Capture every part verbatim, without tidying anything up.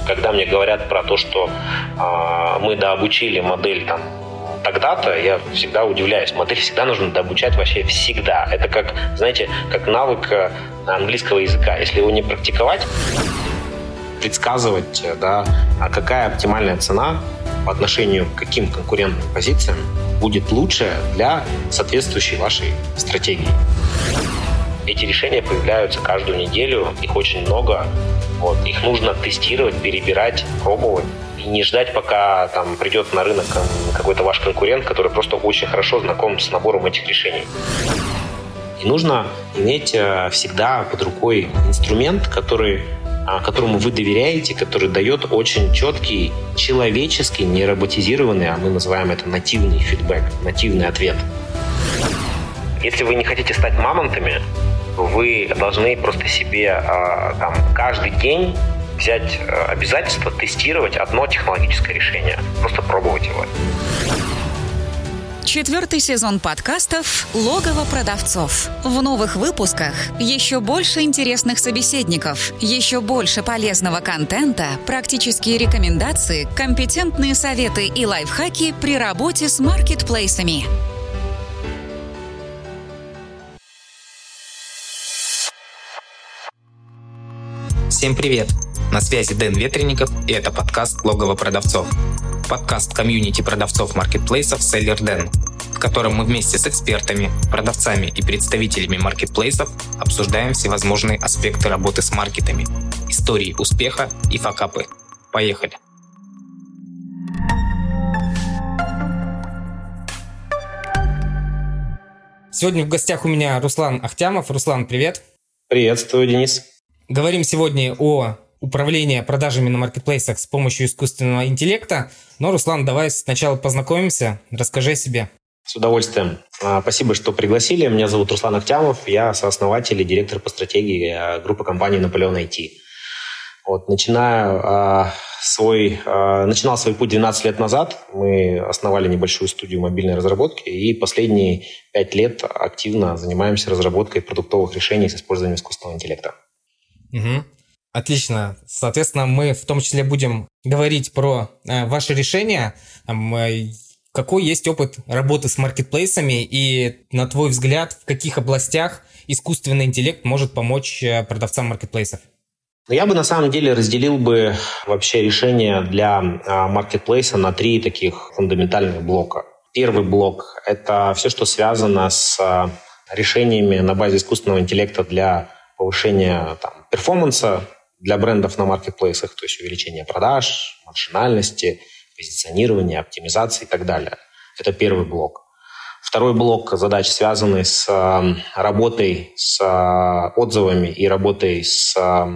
Когда мне говорят про то, что э, мы дообучили модель там тогда-то, я всегда удивляюсь. Модель всегда нужно дообучать вообще всегда. Это как, знаете, как навык английского языка. Если его не практиковать, предсказывать, да, какая оптимальная цена по отношению к каким конкурентным позициям будет лучше для соответствующей вашей стратегии. Эти решения появляются каждую неделю, их очень много. Вот. Их нужно тестировать, перебирать, пробовать. И не ждать, пока там придет на рынок какой-то ваш конкурент, который просто очень хорошо знаком с набором этих решений. И нужно иметь всегда под рукой инструмент, который, которому вы доверяете, который дает очень четкий, человеческий, не роботизированный, а мы называем это нативный фидбэк, нативный ответ. Если вы не хотите стать мамонтами, вы должны просто себе там, каждый день взять обязательство тестировать одно технологическое решение. Просто пробовать его. Четвертый сезон подкастов «Логово продавцов». В новых выпусках еще больше интересных собеседников, еще больше полезного контента, практические рекомендации, компетентные советы и лайфхаки при работе с маркетплейсами. Всем привет! На связи Дэн Ветренников, и это подкаст «Логово продавцов». Подкаст комьюнити продавцов маркетплейсов SellerDen, в котором мы вместе с экспертами, продавцами и представителями маркетплейсов обсуждаем всевозможные аспекты работы с маркетами, истории успеха и факапы. Поехали! Сегодня в гостях у меня Руслан Ахтямов. Руслан, привет! Приветствую, Денис! Говорим сегодня о управлении продажами на маркетплейсах с помощью искусственного интеллекта. Но, Руслан, давай сначала познакомимся. Расскажи о себе. С удовольствием. Спасибо, что пригласили. Меня зовут Руслан Ахтямов. Я сооснователь и директор по стратегии группы компании Napoleon ай ти. Вот, начинаю, а, свой, а, начинал свой путь двенадцать лет назад. Мы основали небольшую студию мобильной разработки и последние пять лет активно занимаемся разработкой продуктовых решений с использованием искусственного интеллекта. Угу. Отлично. Соответственно, мы в том числе будем говорить про э, ваши решения. Э, какой есть опыт работы с маркетплейсами и, на твой взгляд, в каких областях искусственный интеллект может помочь э, продавцам маркетплейсов? Я бы на самом деле разделил бы вообще решения для э, маркетплейса на три таких фундаментальных блока. Первый блок – это все, что связано с э, решениями на базе искусственного интеллекта для повышения там, перформанса для брендов на маркетплейсах, то есть увеличение продаж, маржинальности, позиционирования, оптимизации и так далее. Это первый блок. Второй блок задач, связанный с работой с отзывами и работой с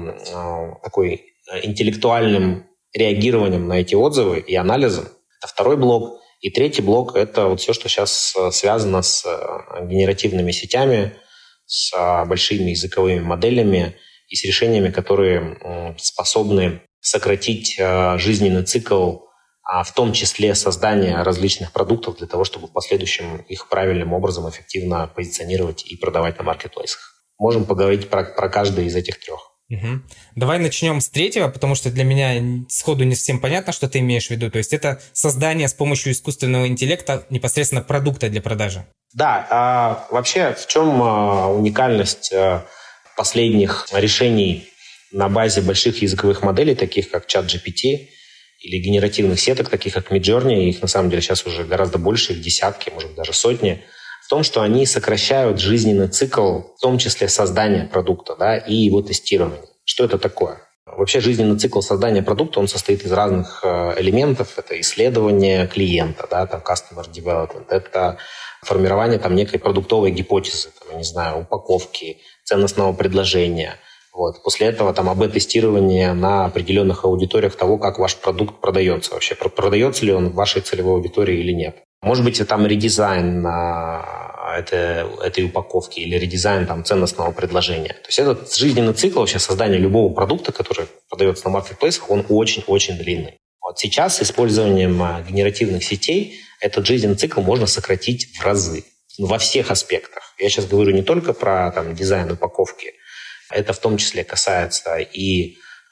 такой интеллектуальным реагированием на эти отзывы и анализом. Это второй блок. И третий блок – это вот все, что сейчас связано с генеративными сетями, с большими языковыми моделями и с решениями, которые способны сократить жизненный цикл, в том числе создания различных продуктов для того, чтобы в последующем их правильным образом эффективно позиционировать и продавать на маркетплейсах. Можем поговорить про, про каждый из этих трех. Угу. Давай начнем с третьего, потому что для меня сходу не совсем понятно, что ты имеешь в виду. То есть это создание с помощью искусственного интеллекта непосредственно продукта для продажи. Да, а вообще в чем уникальность последних решений на базе больших языковых моделей, таких как ChatGPT, или генеративных сеток, таких как Midjourney, их на самом деле сейчас уже гораздо больше, их десятки, может быть, даже сотни, в том, что они сокращают жизненный цикл, в том числе создания продукта, да, и его тестирования. Что это такое? Вообще жизненный цикл создания продукта, он состоит из разных элементов. Это исследование клиента, да, там customer development, это формирование там некой продуктовой гипотезы, там, я не знаю, упаковки, ценностного предложения. Вот. После этого там эй би тестирование на определенных аудиториях того, как ваш продукт продается вообще. Продается ли он в вашей целевой аудитории или нет. Может быть, там редизайн на этой, этой упаковки или редизайн там, ценностного предложения. То есть этот жизненный цикл вообще создания любого продукта, который продается на маркетплейсах, он очень-очень длинный. Вот сейчас с использованием генеративных сетей этот жизненный цикл можно сократить в разы. Во всех аспектах. Я сейчас говорю не только про там, дизайн упаковки. Это в том числе касается и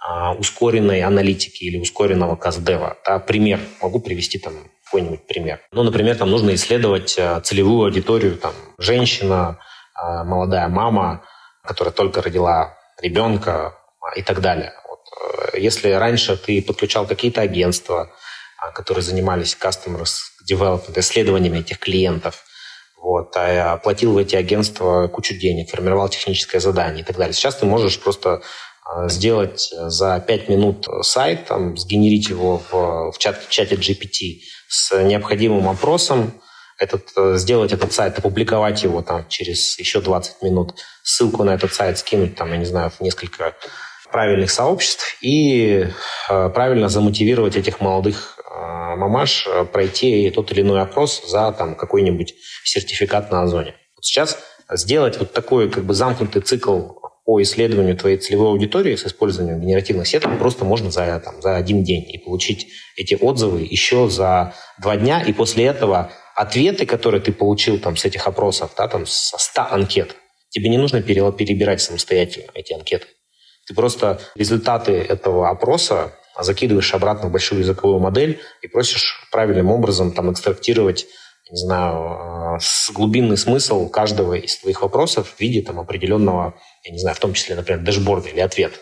ускоренной аналитики или ускоренного каздева. Да, пример. Могу привести там какой-нибудь пример. Ну, например, там нужно исследовать целевую аудиторию, там, женщина, молодая мама, которая только родила ребенка и так далее. Вот. Если раньше ты подключал какие-то агентства, которые занимались customer development, исследованиями этих клиентов, вот, а платил в эти агентства кучу денег, формировал техническое задание и так далее. Сейчас ты можешь просто сделать за пять минут сайт, там, сгенерить его в, в чат, чате джи пи ти с необходимым опросом, этот, сделать этот сайт, опубликовать его там, через еще двадцать минут, ссылку на этот сайт скинуть, там, я не знаю, в несколько правильных сообществ и э, правильно замотивировать этих молодых э, мамаш пройти тот или иной опрос за там, какой-нибудь сертификат на Озоне. Вот сейчас сделать вот такой как бы замкнутый цикл по исследованию твоей целевой аудитории с использованием генеративных сеток просто можно за, там, за один день и получить эти отзывы еще за два дня. И после этого ответы, которые ты получил там, с этих опросов, да, там, со ста анкет, тебе не нужно перебирать самостоятельно эти анкеты. Ты просто результаты этого опроса закидываешь обратно в большую языковую модель и просишь правильным образом там, экстрактировать, не знаю, глубинный смысл каждого из твоих вопросов в виде там, определенного, я не знаю, в том числе, например, дэшборда или ответа.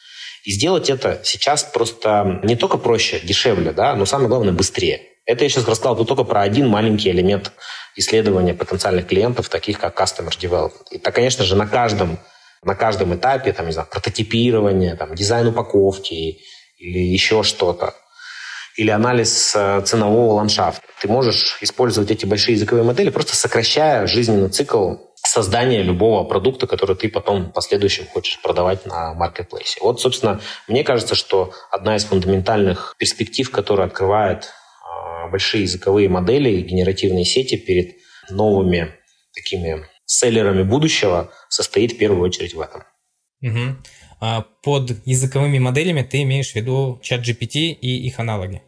И сделать это сейчас просто не только проще, дешевле, да, но самое главное быстрее. Это я сейчас рассказал тут только про один маленький элемент исследования потенциальных клиентов, таких как Customer Development. И так, конечно же, на каждом, на каждом этапе, там, не знаю, прототипирование, там, дизайн упаковки или еще что-то, или анализ ценового ландшафта. Ты можешь использовать эти большие языковые модели, просто сокращая жизненный цикл создания любого продукта, который ты потом в последующем хочешь продавать на маркетплейсе. Вот, собственно, мне кажется, что одна из фундаментальных перспектив, которая открывает э, большие языковые модели и генеративные сети перед новыми такими селлерами будущего, состоит в первую очередь в этом. Угу. А под языковыми моделями ты имеешь в виду чат джи пи ти и их аналоги?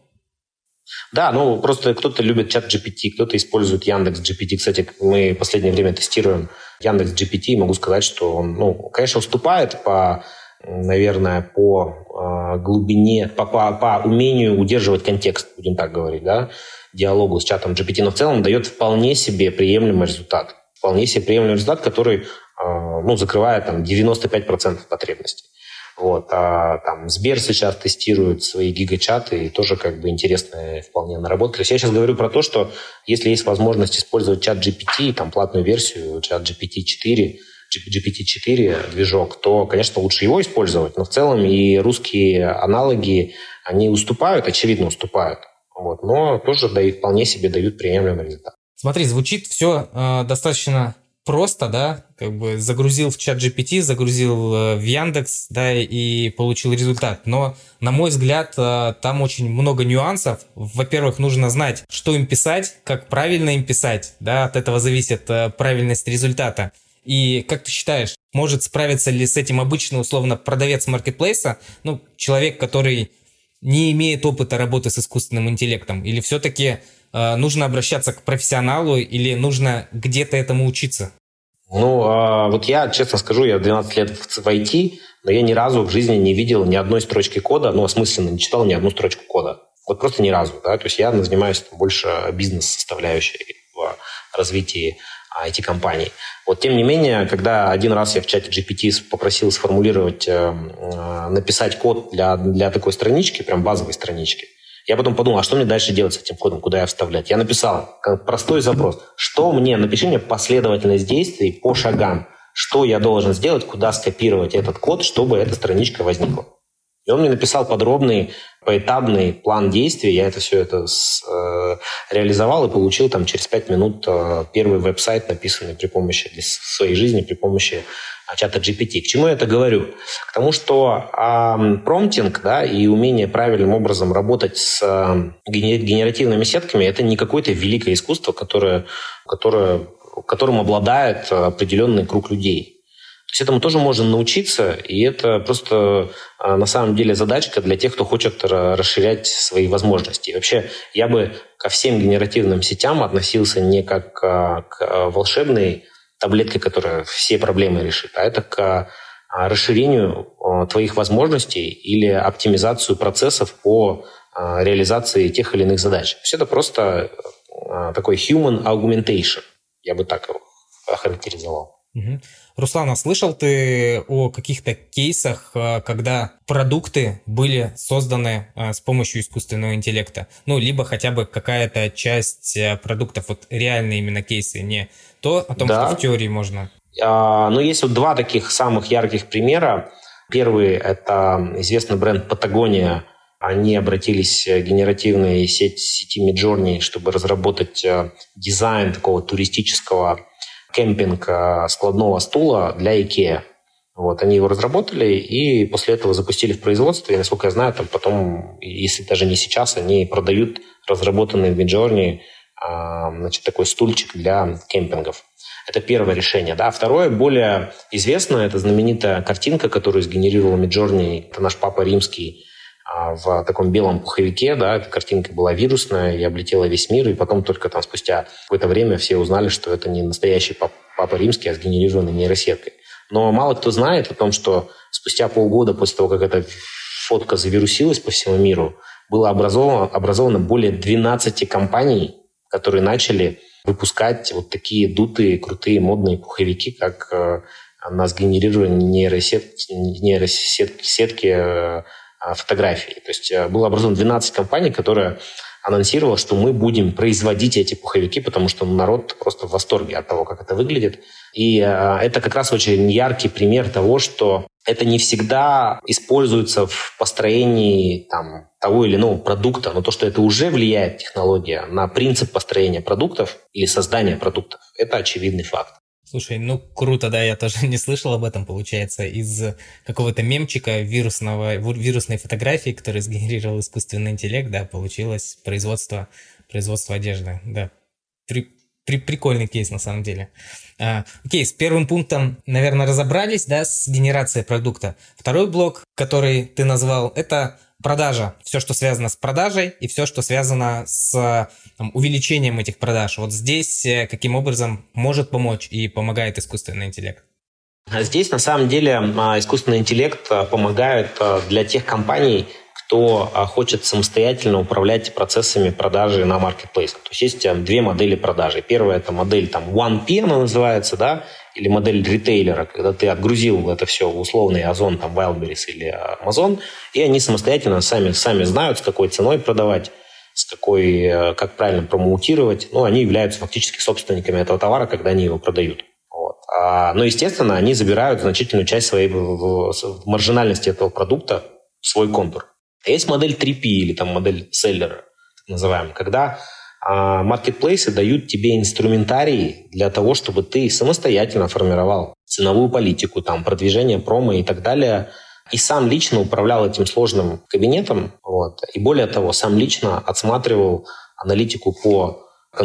Да, ну просто кто-то любит чат джи пи ти, кто-то использует Яндекс джи пи ти. Кстати, мы в последнее время тестируем Яндекс джи пи ти, могу сказать, что он, ну, конечно, уступает по, наверное, по э, глубине, по, по, по умению удерживать контекст, будем так говорить, да, диалогу с чатом джи пи ти, но в целом дает вполне себе приемлемый результат. Вполне себе приемлемый результат, который ну, закрывает там, девяносто пять процентов потребностей. Вот. А там Сбер сейчас тестирует свои гигачаты, и тоже как бы интересно вполне наработали. Я сейчас говорю про то, что если есть возможность использовать чат джи пи ти, там платную версию, чат джи пи ти четыре, джи пи ти четыре движок, то, конечно, лучше его использовать, но в целом и русские аналоги, они уступают, очевидно уступают. Вот. Но тоже дают, вполне себе дают приемлемый результат. Смотри, звучит все э, достаточно просто, да, как бы загрузил в чат джи пи ти, загрузил э, в Яндекс, да, и получил результат. Но, на мой взгляд, э, там очень много нюансов. Во-первых, нужно знать, что им писать, как правильно им писать, да, от этого зависит э, правильность результата. И как ты считаешь, может справиться ли с этим обычный, условно, продавец маркетплейса, ну, человек, который не имеет опыта работы с искусственным интеллектом, или все-таки нужно обращаться к профессионалу или нужно где-то этому учиться? Ну, вот я, честно скажу, я двенадцать лет в ай ти, но я ни разу в жизни не видел ни одной строчки кода, ну, осмысленно не читал ни одну строчку кода. Вот просто ни разу, да, то есть я занимаюсь больше бизнес-составляющей в развитии ай ти-компаний. Вот, тем не менее, когда один раз я в чате джи пи ти попросил сформулировать, написать код для, для такой странички, прям базовой странички, я потом подумал, а что мне дальше делать с этим кодом, куда я вставлять? Я написал простой запрос. Что мне, напиши мне последовательность действий по шагам. Что я должен сделать, куда скопировать этот код, чтобы эта страничка возникла. И он мне написал подробный, поэтапный план действий. Я это все это с, э, реализовал и получил там через пять минут э, первый веб-сайт, написанный при помощи, для своей жизни, при помощи чата джи пи ти. К чему я это говорю? К тому, что э, промптинг, да, и умение правильным образом работать с э, генеративными сетками – это не какое-то великое искусство, которое, которое, которым обладает определенный круг людей. То есть этому тоже можно научиться, и это просто э, на самом деле задачка для тех, кто хочет расширять свои возможности. И вообще я бы ко всем генеративным сетям относился не как э, к волшебной таблетке, которая все проблемы решит, а это к расширению твоих возможностей или оптимизацию процессов по реализации тех или иных задач. То есть это просто такой human augmentation, я бы так его охарактеризовал. Угу. Руслан, а слышал ты о каких-то кейсах, когда продукты были созданы с помощью искусственного интеллекта? Ну, либо хотя бы какая-то часть продуктов, вот реальные именно кейсы, не то о том, да. что в теории можно. А, ну, есть вот два таких самых ярких примера. Первый – это известный бренд Patagonia. Они обратились в генеративные сети, сети Midjourney, чтобы разработать дизайн такого туристического кемпинга складного стула для IKEA. Вот, они его разработали и после этого запустили в производство. И, насколько я знаю, там потом, если даже не сейчас, они продают разработанный в Midjourney значит, такой стульчик для кемпингов. Это первое решение. Да. Второе, более известное, это знаменитая картинка, которую сгенерировал Midjourney. Это наш Папа Римский в таком белом пуховике, да, эта картинка была вирусная и облетела весь мир, и потом только там спустя какое-то время все узнали, что это не настоящий пап, Папа Римский, а сгенерированный нейросеткой. Но мало кто знает о том, что спустя полгода после того, как эта фотка завирусилась по всему миру, было образовано, образовано более двенадцати компаний, которые начали выпускать вот такие дутые, крутые, модные пуховики, как э, на сгенерировании нейросетки, нейросетки сетки, э, фотографий. То есть было образовано двенадцать компаний, которые анонсировали, что мы будем производить эти пуховики, потому что народ просто в восторге от того, как это выглядит. И э, это как раз очень яркий пример того, что это не всегда используется в построении там, того или иного продукта, но то, что это уже влияет технология на принцип построения продуктов или создания продуктов, это очевидный факт. Слушай, ну круто, да, я тоже не слышал об этом, получается, из какого-то мемчика вирусного, вирусной фотографии, которую сгенерировал искусственный интеллект, да, получилось производство, производство одежды, да. При, при, прикольный кейс на самом деле. А, окей, с первым пунктом, наверное, разобрались, да, с генерацией продукта. Второй блок, который ты назвал, это продажа. Все, что связано с продажей и все, что связано с там, увеличением этих продаж. Вот здесь каким образом может помочь и помогает искусственный интеллект? Здесь на самом деле искусственный интеллект помогает для тех компаний, кто хочет самостоятельно управлять процессами продажи на маркетплейсах. То есть есть две модели продажи. Первая – это модель там уан пи, она называется, да, или модель ритейлера, когда ты отгрузил это все в условный Озон, там, Wildberries или Amazon, и они самостоятельно сами, сами знают, с какой ценой продавать, с какой, как правильно промоутировать. Ну, они являются фактически собственниками этого товара, когда они его продают. Вот. А, но, естественно, они забирают значительную часть своей в, в маржинальности этого продукта в свой контур. Есть модель три пи или там модель селлера, так называемая, когда а, маркетплейсы дают тебе инструментарий для того, чтобы ты самостоятельно формировал ценовую политику, там, продвижение промо и так далее, и сам лично управлял этим сложным кабинетом. Вот, и более того, сам лично отсматривал аналитику по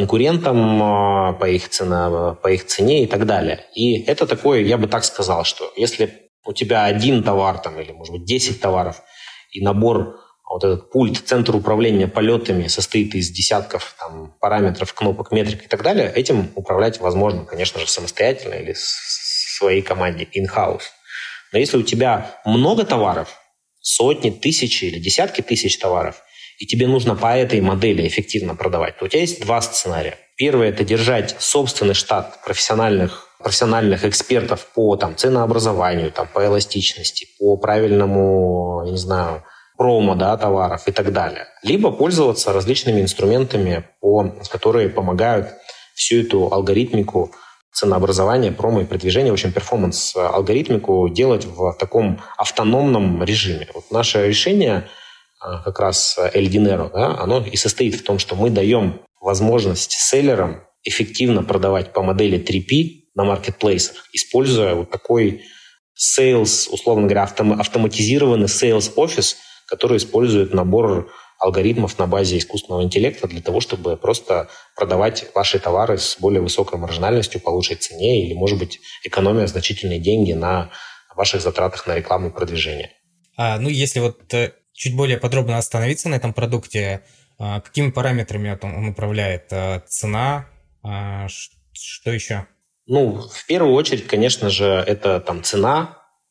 конкурентам, по их, цена, по их цене и так далее. И это такое, я бы так сказал, что если у тебя один товар там, или, может быть, десять товаров, и набор, вот этот пульт, центр управления полетами состоит из десятков там, параметров, кнопок, метрик и так далее, этим управлять возможно, конечно же, самостоятельно или в своей команде in-house. Но если у тебя много товаров, сотни, тысячи или десятки тысяч товаров, и тебе нужно по этой модели эффективно продавать, то у тебя есть два сценария. Первый – это держать собственный штат профессиональных, профессиональных экспертов по там, ценообразованию, там, по эластичности, по правильному, я не знаю, промо, да, товаров и так далее. Либо пользоваться различными инструментами, по, которые помогают всю эту алгоритмику ценообразования, промо и продвижения, в общем, перформанс-алгоритмику делать в таком автономном режиме. Вот наше решение, как раз El Dinero, да, оно и состоит в том, что мы даем возможность селлерам эффективно продавать по модели три пи на маркетплейсах, используя вот такой sales, условно говоря, автом, автоматизированный sales офис, который использует набор алгоритмов на базе искусственного интеллекта для того, чтобы просто продавать ваши товары с более высокой маржинальностью по лучшей цене или, может быть, экономия значительные деньги на ваших затратах на рекламу и продвижение. А, ну, если вот чуть более подробно остановиться на этом продукте, какими параметрами он управляет? Цена? Что еще? Ну, в первую очередь, конечно же, это там цена,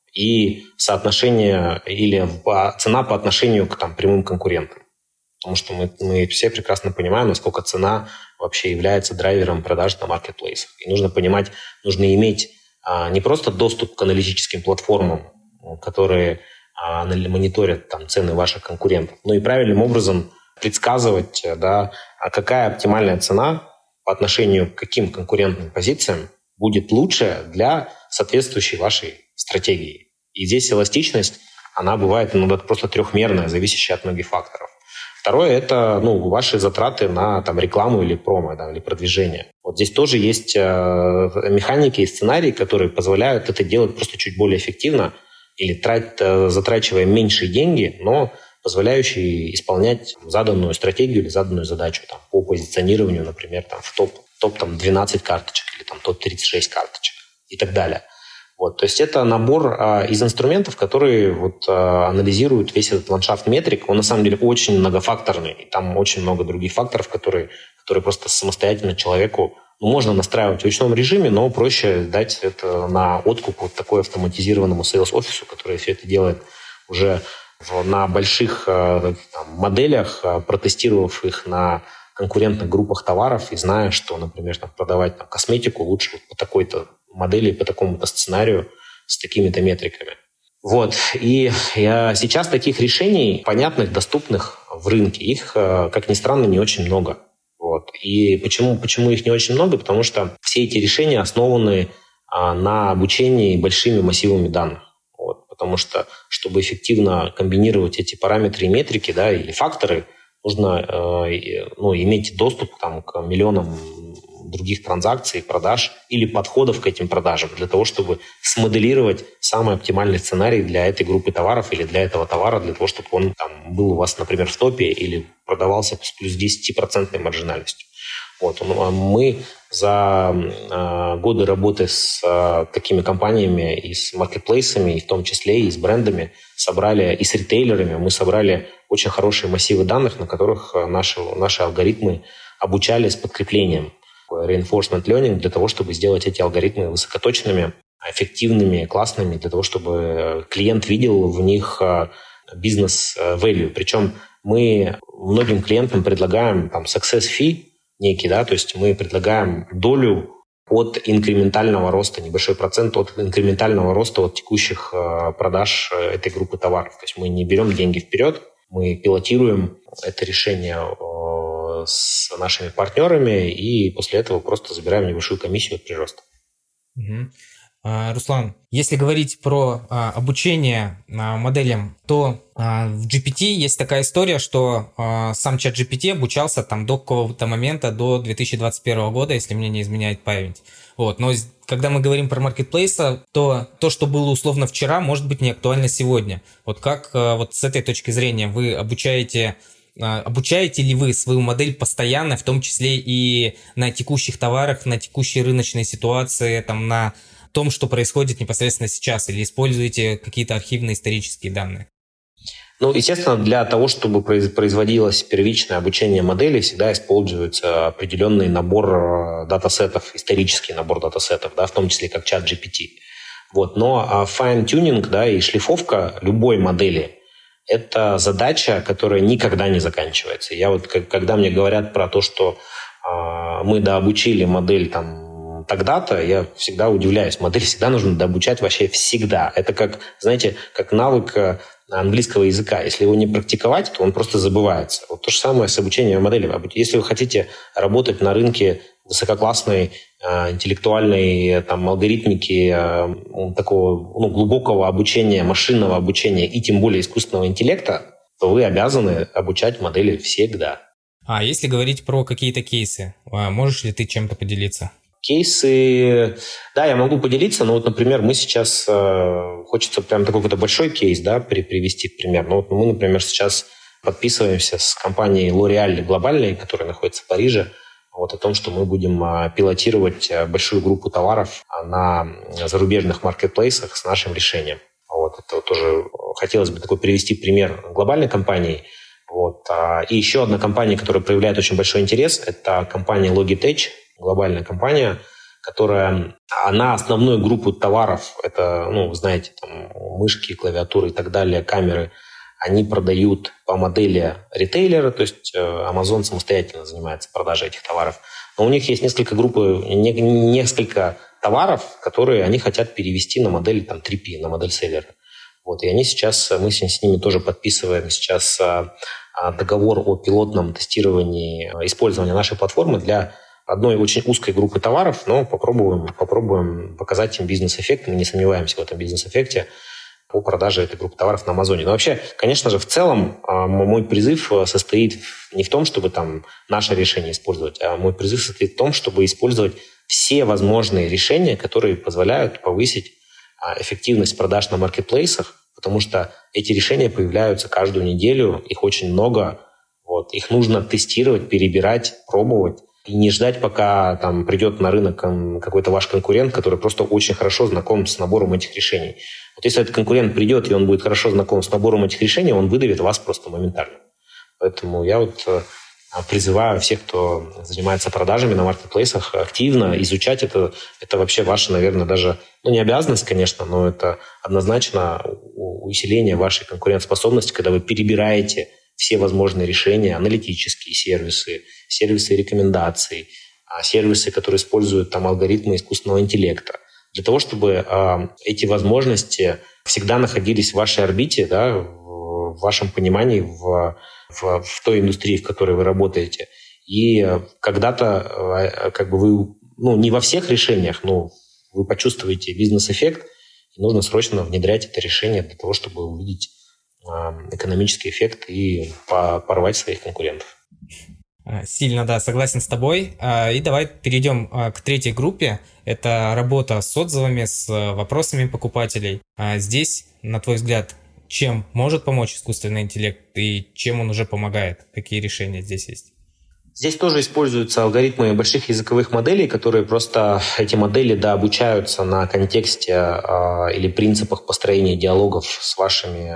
и соотношение или цена по отношению к там, прямым конкурентам. Потому что мы, мы все прекрасно понимаем, насколько цена вообще является драйвером продаж на маркетплейсах. И нужно понимать, нужно иметь а, не просто доступ к аналитическим платформам, которые а, мониторят там, цены ваших конкурентов, но и правильным образом предсказывать, да, какая оптимальная цена по отношению к каким конкурентным позициям будет лучше для соответствующей вашей стратегии. И здесь эластичность, она бывает иногда просто трехмерная, зависящая от многих факторов. Второе – это ну, ваши затраты на там, рекламу или промо, да, или продвижение. Вот здесь тоже есть э, механики и сценарии, которые позволяют это делать просто чуть более эффективно или трать, э, затрачивая меньшие деньги, но позволяющие исполнять заданную стратегию или заданную задачу там, по позиционированию, например, там, в топ, топ там, двенадцать карточек или там, топ тридцать шесть карточек и так далее. Вот, то есть это набор а, из инструментов, которые вот, а, анализируют весь этот ландшафт метрик. Он на самом деле очень многофакторный, и там очень много других факторов, которые, которые просто самостоятельно человеку ну, можно настраивать в ручном режиме, но проще дать это на откуп вот такой автоматизированному сейлс-офису, который все это делает уже в, на больших а, там, моделях, а, протестировав их на конкурентных группах товаров и зная, что, например, там, продавать там, косметику лучше вот по такой-то модели, по такому-то сценарию с такими-то метриками. Вот. И я, сейчас таких решений, понятных, доступных в рынке, их, как ни странно, не очень много. Вот. И почему, почему их не очень много? Потому что все эти решения основаны а, на обучении большими массивами данных. Вот. Потому что, чтобы эффективно комбинировать эти параметры и метрики, да, или факторы, нужно э, ну, иметь доступ там, к миллионам других транзакций, продаж или подходов к этим продажам для того, чтобы смоделировать самый оптимальный сценарий для этой группы товаров или для этого товара, для того, чтобы он там, был у вас, например, в топе или продавался с плюс десять процентов маржинальностью. Вот. Мы за э, годы работы с э, такими компаниями и с маркетплейсами, и в том числе и с брендами, собрали, и с ритейлерами, мы собрали очень хорошие массивы данных, на которых наши, наши алгоритмы обучали с подкреплением. Reinforcement learning для того, чтобы сделать эти алгоритмы высокоточными, эффективными, классными, для того, чтобы клиент видел в них бизнес-value. Причем мы многим клиентам предлагаем там, success fee некий, да, то есть мы предлагаем долю от инкрементального роста, небольшой процент от инкрементального роста от текущих продаж этой группы товаров. То есть мы не берем деньги вперед, мы пилотируем это решение с нашими партнерами и после этого просто забираем небольшую комиссию от прироста. Угу. А, Руслан, если говорить про а, обучение а, моделям, то а, в джи пи ти есть такая история, что а, сам чат джи пи ти обучался там до какого-то момента, до две тысячи двадцать первого года, если мне не изменяет память. Вот. Но когда мы говорим про маркетплейсы, то то, что было условно вчера, может быть не актуально сегодня. Вот как а, вот с этой точки зрения вы обучаете... Обучаете ли вы свою модель постоянно, в том числе и на текущих товарах, на текущей рыночной ситуации, там, на том, что происходит непосредственно сейчас, или используете какие-то архивные исторические данные? Ну, естественно, для того, чтобы производилось первичное обучение модели, всегда используется определенный набор датасетов, исторический набор датасетов, да, в том числе как чат джи пи ти. Вот. Но fine-tuning, да, и шлифовка любой модели – это задача, которая никогда не заканчивается. Я вот, когда мне говорят про то, что э, мы дообучили модель там тогда-то, я всегда удивляюсь. Модель всегда нужно дообучать вообще всегда. Это как, знаете, как навык английского языка. Если его не практиковать, то он просто забывается. Вот то же самое с обучением модели. Если вы хотите работать на рынке высококлассной э, интеллектуальной там, алгоритмики, э, такого ну, глубокого обучения, машинного обучения и тем более искусственного интеллекта, то вы обязаны обучать модели всегда. А если говорить про какие-то кейсы, можешь ли ты чем-то поделиться? Кейсы, да, я могу поделиться, но вот, например, мы сейчас, э, хочется прям такой какой-то большой кейс, да, при, привести в пример. Ну, вот мы, например, сейчас подписываемся с компанией L'Oréal глобальной, которая находится в Париже, вот о том, что мы будем а, пилотировать а, большую группу товаров а, на зарубежных маркетплейсах с нашим решением. Вот, это тоже хотелось бы такой привести пример глобальной компании. Вот, а, и еще одна компания, которая проявляет очень большой интерес, это компания Logitech, глобальная компания, которая, она основную группу товаров, это, ну, вы знаете, там, мышки, клавиатуры и так далее, камеры, они продают по модели ритейлера, то есть Amazon самостоятельно занимается продажей этих товаров. Но у них есть несколько групп, несколько товаров, которые они хотят перевести на модель там, три пи, на модель селлера. Вот, и они сейчас, мы с ними тоже подписываем сейчас договор о пилотном тестировании использования нашей платформы для одной очень узкой группы товаров, но попробуем, попробуем показать им бизнес-эффект. Мы не сомневаемся в этом бизнес-эффекте по продаже этой группы товаров на Амазоне. Но вообще, конечно же, в целом мой призыв состоит не в том, чтобы там наше решение использовать, а мой призыв состоит в том, чтобы использовать все возможные решения, которые позволяют повысить эффективность продаж на маркетплейсах, потому что эти решения появляются каждую неделю, их очень много. Вот. Их нужно тестировать, перебирать, пробовать. И не ждать, пока там придет на рынок какой-то ваш конкурент, который просто очень хорошо знаком с набором этих решений. Вот если этот конкурент придет, и он будет хорошо знаком с набором этих решений, он выдавит вас просто моментально. Поэтому я вот призываю всех, кто занимается продажами на маркетплейсах, активно изучать это. Это вообще ваша, наверное, даже, ну, не обязанность, конечно, но это однозначно усиление вашей конкурентоспособности, когда вы перебираете все возможные решения, аналитические сервисы, сервисы рекомендаций, сервисы, которые используют там алгоритмы искусственного интеллекта, для того, чтобы э, эти возможности всегда находились в вашей орбите, да, в вашем понимании, в, в, в той индустрии, в которой вы работаете. И когда-то э, как бы вы, ну, не во всех решениях, но вы почувствуете бизнес-эффект, и нужно срочно внедрять это решение для того, чтобы увидеть экономический эффект и порвать своих конкурентов. Сильно, да, согласен с тобой. И давай перейдем к третьей группе. Это работа с отзывами, с вопросами покупателей. Здесь, на твой взгляд, чем может помочь искусственный интеллект и чем он уже помогает? Какие решения здесь есть? Здесь тоже используются алгоритмы больших языковых моделей, которые просто, эти модели дообучаются на контексте э, или принципах построения диалогов с вашими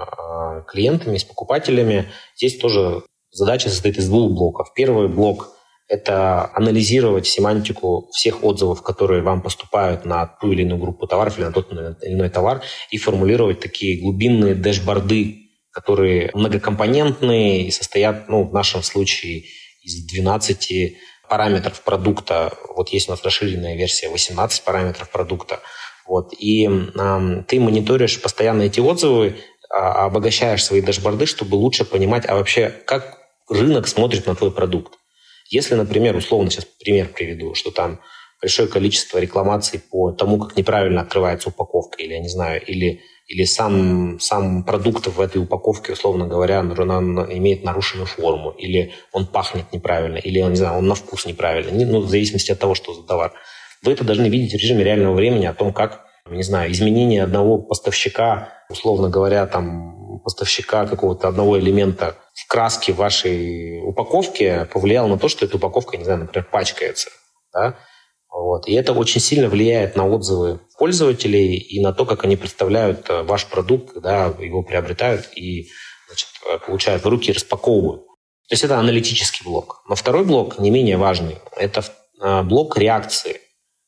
э, клиентами, с покупателями. Здесь тоже задача состоит из двух блоков. Первый блок – это анализировать семантику всех отзывов, которые вам поступают на ту или иную группу товаров или на тот или иной товар, и формулировать такие глубинные дэшборды, которые многокомпонентные и состоят, ну, в нашем случае, из двенадцати параметров продукта. Вот есть у нас расширенная версия восемнадцать параметров продукта. Вот. И э, ты мониторишь постоянно эти отзывы, э, обогащаешь свои дашборды, чтобы лучше понимать, а вообще, как рынок смотрит на твой продукт. Если, например, условно сейчас пример приведу, что там большое количество рекламаций по тому, как неправильно открывается упаковка, или, я не знаю, или, или сам, сам продукт в этой упаковке, условно говоря, имеет нарушенную форму, или он пахнет неправильно, или, не знаю, он на вкус неправильно, ну, в зависимости от того, что за товар. Вы это должны видеть в режиме реального времени о том, как, не знаю, изменение одного поставщика, условно говоря, там, поставщика какого-то одного элемента в краске вашей упаковки повлияло на то, что эта упаковка, не знаю, например, пачкается, да? Вот. И это очень сильно влияет на отзывы пользователей и на то, как они представляют ваш продукт, когда его приобретают и, значит, получают в руки и распаковывают. То есть это аналитический блок. Но второй блок, не менее важный, это блок реакции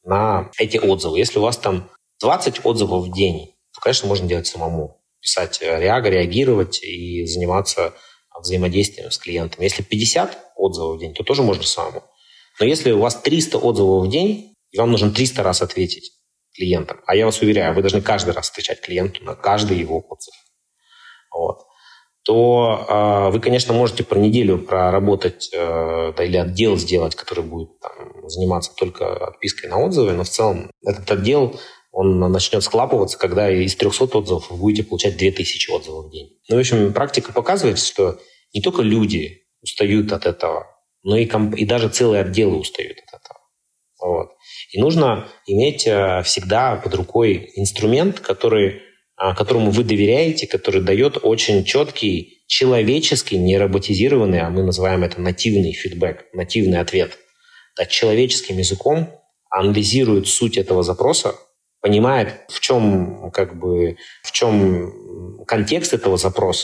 на эти отзывы. Если у вас там двадцать отзывов в день, то, конечно, можно делать самому. Писать реага, реагировать и заниматься взаимодействием с клиентом. Если пятьдесят отзывов в день, то тоже можно самому. Но если у вас триста отзывов в день, и вам нужно триста раз ответить клиентам, а я вас уверяю, вы должны каждый раз отвечать клиенту на каждый его отзыв, вот, то э, вы, конечно, можете про неделю проработать э, да, или отдел сделать, который будет там, заниматься только отпиской на отзывы, но в целом этот отдел, он начнет схлапываться, когда из трехсот отзывов вы будете получать две тысячи отзывов в день. Ну, в общем, практика показывает, что не только люди устают от этого, но и, комп- и даже целые отделы устают от этого. Вот. И нужно иметь э, всегда под рукой инструмент, который, э, которому вы доверяете, который дает очень четкий человеческий, не роботизированный, а мы называем это нативный фидбэк, нативный ответ. Да, человеческим языком анализирует суть этого запроса, понимает, в чем, как бы, в чем контекст этого запроса,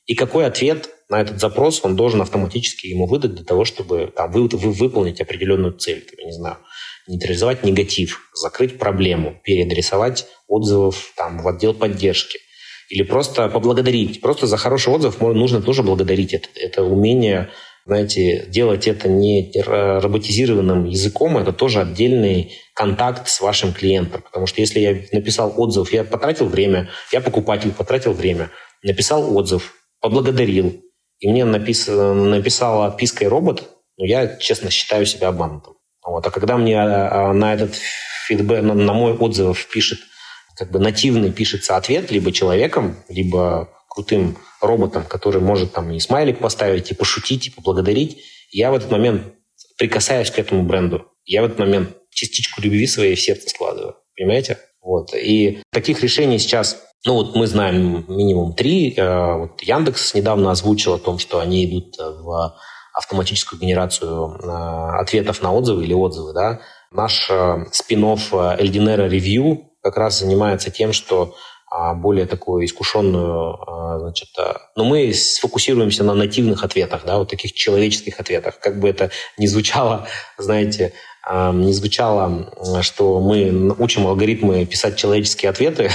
и какой ответ на этот запрос он должен автоматически ему выдать для того, чтобы там, вы, вы выполнить определенную цель. Я не знаю, нейтрализовать негатив, закрыть проблему, переадресовать отзывов там, в отдел поддержки. Или просто поблагодарить. Просто за хороший отзыв нужно тоже благодарить. Это, это умение, знаете, делать это не роботизированным языком, это тоже отдельный контакт с вашим клиентом. Потому что если я написал отзыв, я потратил время, я покупатель потратил время, написал отзыв, поблагодарил, и мне напис... написала отпиской робот, ну, я, честно, считаю себя обманутым. Вот. А когда мне на этот фидбэк, на, на мой отзыв пишет, как бы нативный пишется ответ либо человеком, либо крутым роботом, который может там и смайлик поставить, и пошутить, и поблагодарить, я в этот момент прикасаюсь к этому бренду. Я в этот момент частичку любви своей в сердце складываю. Понимаете? Вот. И таких решений сейчас, ну вот мы знаем минимум три. Вот Яндекс недавно озвучил о том, что они идут в автоматическую генерацию ответов на отзывы или отзывы. Да? Наш спин-офф Эльдинера Review как раз занимается тем, что более такую искушенную, значит, но мы сфокусируемся на нативных ответах, да, вот таких человеческих ответах. Как бы это ни звучало, знаете, не звучало, что мы учим алгоритмы писать человеческие ответы,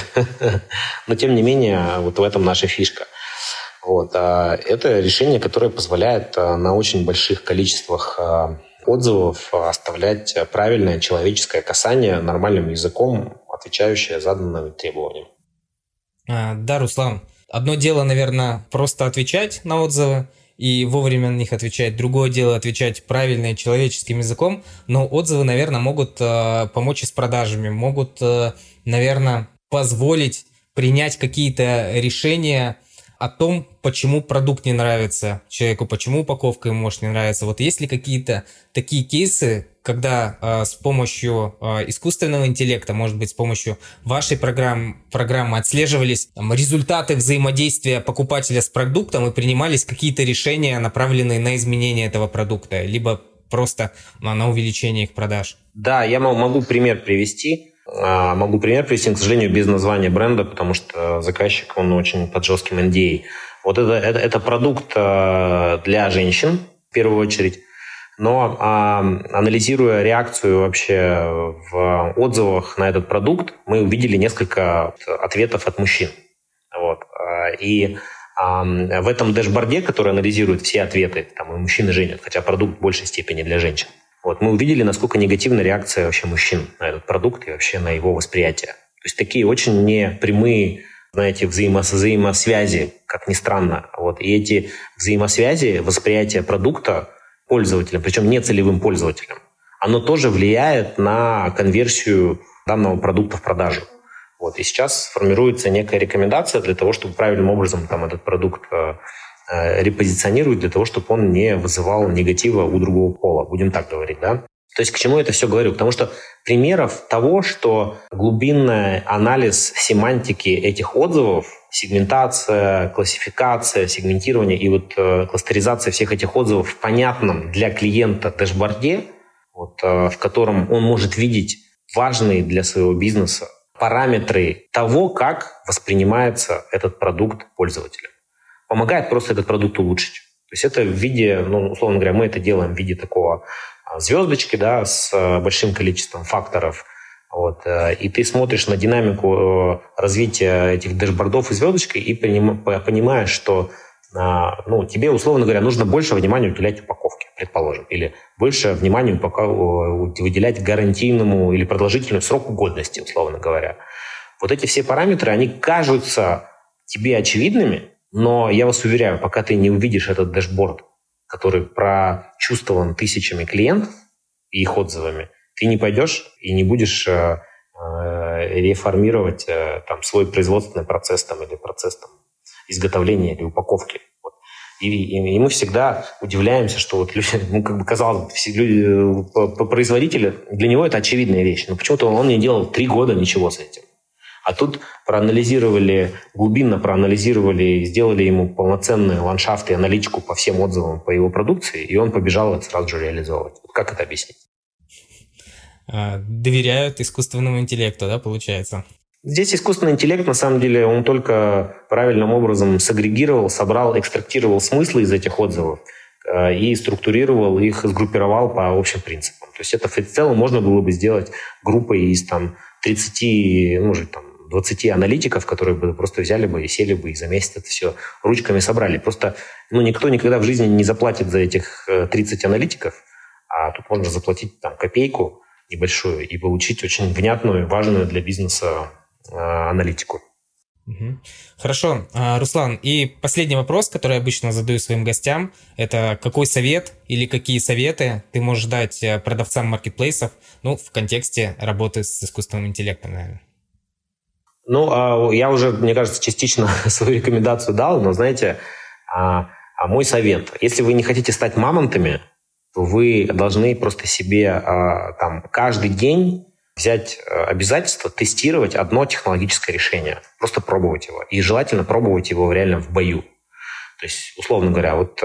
но тем не менее вот в этом наша фишка. Вот. Это решение, которое позволяет на очень больших количествах отзывов оставлять правильное человеческое касание нормальным языком, отвечающее заданным требованиям. Да, Руслан, одно дело, наверное, просто отвечать на отзывы и вовремя на них отвечать. Другое дело отвечать правильно и человеческим языком, но отзывы, наверное, могут э, помочь и с продажами, могут, э, наверное, позволить принять какие-то решения о том, почему продукт не нравится человеку, почему упаковка ему может не нравиться. Вот есть ли какие-то такие кейсы, когда э, с помощью э, искусственного интеллекта, может быть, с помощью вашей программы, программы отслеживались там, результаты взаимодействия покупателя с продуктом и принимались какие-то решения, направленные на изменение этого продукта, либо просто на, на увеличение их продаж? Да, я могу пример привести. Могу пример привести, к сожалению, без названия бренда, потому что заказчик, он очень под жестким эн ди эй. Вот это, это, это продукт для женщин, в первую очередь. Но а, анализируя реакцию вообще в отзывах на этот продукт, мы увидели несколько ответов от мужчин. Вот. И а, в этом дэшборде, который анализирует все ответы, там и мужчин, и женщин, хотя продукт в большей степени для женщин, вот, мы увидели, насколько негативна реакция вообще мужчин на этот продукт и вообще на его восприятие. То есть такие очень непрямые, знаете, взаимос- взаимосвязи, как ни странно. Вот. И эти взаимосвязи, восприятие продукта пользователям, причем не целевым пользователям, оно тоже влияет на конверсию данного продукта в продажу. Вот. И сейчас формируется некая рекомендация для того, чтобы правильным образом там, этот продукт репозиционировать для того, чтобы он не вызывал негатива у другого пола. Будем так говорить, да? То есть к чему я это все говорю? Потому что примеров того, что глубинный анализ семантики этих отзывов, сегментация, классификация, сегментирование и вот э, кластеризация всех этих отзывов в понятном для клиента дэшборде, вот, э, в котором он может видеть важные для своего бизнеса параметры того, как воспринимается этот продукт пользователем. Помогает просто этот продукт улучшить. То есть это в виде, ну, условно говоря, мы это делаем в виде такого звездочки, да, с большим количеством факторов. Вот, и ты смотришь на динамику развития этих дэшбордов и звездочкой и понимаешь, что ну, тебе, условно говоря, нужно больше внимания уделять упаковке, предположим, или больше внимания выделять гарантийному или продолжительному сроку годности, условно говоря. Вот эти все параметры, они кажутся тебе очевидными, но я вас уверяю, пока ты не увидишь этот дэшборд, который прочувствован тысячами клиентов и их отзывами, ты не пойдешь и не будешь э, э, реформировать э, там, свой производственный процесс там, или процесс там, изготовления или упаковки. Вот. И, и, и мы всегда удивляемся, что вот люди, ну, как бы казалось бы, все люди, производители, для него это очевидная вещь, но почему-то он не делал три года ничего с этим. А тут проанализировали, глубинно проанализировали, сделали ему полноценные ландшафты и аналитику по всем отзывам по его продукции, и он побежал это сразу же реализовывать. Как это объяснить? Доверяют искусственному интеллекту, да, получается? Здесь искусственный интеллект, на самом деле, он только правильным образом сагрегировал, собрал, экстрактировал смыслы из этих отзывов и структурировал их, сгруппировал по общим принципам. То есть это в целом можно было бы сделать группой из там, тридцати, может, там, двадцати аналитиков, которые бы просто взяли бы и сели бы и за месяц это все ручками собрали. Просто ну, никто никогда в жизни не заплатит за этих тридцать аналитиков, а тут можно заплатить там, копейку небольшую и получить очень внятную, важную для бизнеса э, аналитику. Хорошо. Руслан, и последний вопрос, который я обычно задаю своим гостям, это какой совет или какие советы ты можешь дать продавцам маркетплейсов, ну, в контексте работы с искусственным интеллектом, наверное? Ну, я уже, мне кажется, частично свою рекомендацию дал, но, знаете, мой совет. Если вы не хотите стать мамонтами, то вы должны просто себе там каждый день взять обязательство тестировать одно технологическое решение, просто пробовать его. И желательно пробовать его реально в бою. То есть, условно говоря, вот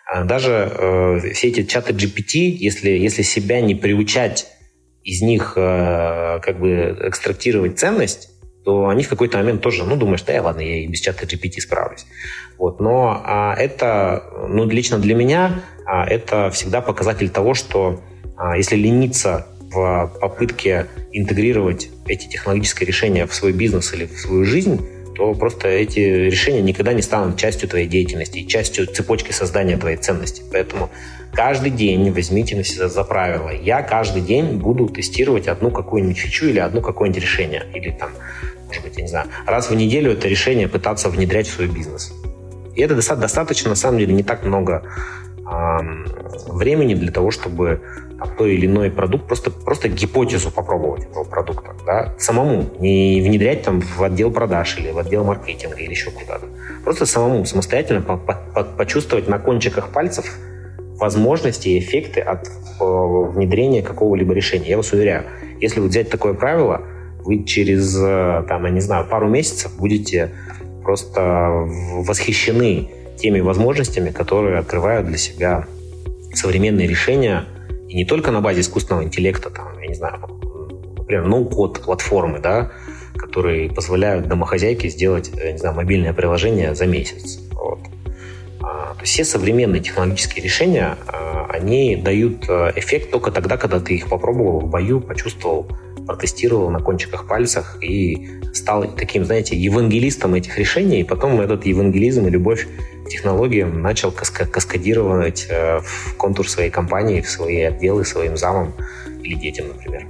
даже все эти чаты джи пи ти, если, если себя не приучать из них как бы экстрактировать ценность, то они в какой-то момент тоже, ну, думаешь, да, ладно, я и без чата джи пи ти справлюсь. Вот. Но а, это, ну, лично для меня, а, это всегда показатель того, что а, если лениться в попытке интегрировать эти технологические решения в свой бизнес или в свою жизнь, то просто эти решения никогда не станут частью твоей деятельности и частью цепочки создания твоей ценности. Поэтому каждый день возьмите на себя за правило. Я каждый день буду тестировать одну какую-нибудь фичу или одно какое-нибудь решение. Или там, может быть, я не знаю, раз в неделю это решение пытаться внедрять в свой бизнес. И это достаточно, на самом деле, не так много э, времени для того, чтобы там, той или иной продукт, просто, просто гипотезу попробовать этого продукта. Да? Самому, не внедрять там в отдел продаж или в отдел маркетинга или еще куда-то. Просто самому, самостоятельно по- по- почувствовать на кончиках пальцев возможности и эффекты от э, внедрения какого-либо решения. Я вас уверяю, если вот взять такое правило, вы через, там, я не знаю, пару месяцев будете просто восхищены теми возможностями, которые открывают для себя современные решения, и не только на базе искусственного интеллекта, там, я не знаю, например, ноу-код платформы, да, которые позволяют домохозяйке сделать, я не знаю, мобильное приложение за месяц. Вот. А, то есть все современные технологические решения, а, они дают эффект только тогда, когда ты их попробовал в бою, почувствовал, протестировал на кончиках пальцев и стал таким, знаете, евангелистом этих решений, и потом этот евангелизм и любовь к технологиям начал каска- каскадировать э, в контур своей компании, в свои отделы своим замам или детям, например.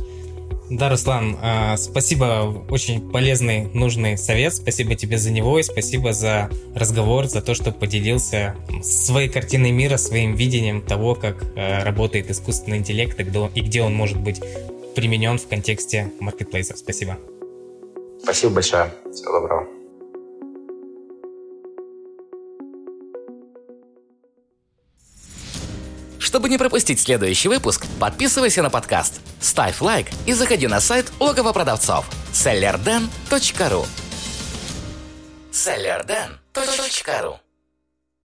Да, Руслан, э, спасибо, очень полезный, нужный совет, спасибо тебе за него и спасибо за разговор, за то, что поделился своей картиной мира, своим видением того, как э, работает искусственный интеллект и где, и где он может быть применен в контексте маркетплейсов. Спасибо. Спасибо большое. Всего доброго. Чтобы не пропустить следующий выпуск, подписывайся на подкаст, ставь лайк и заходи на сайт Логово продавцов селлерден точка ру селлерден точка ру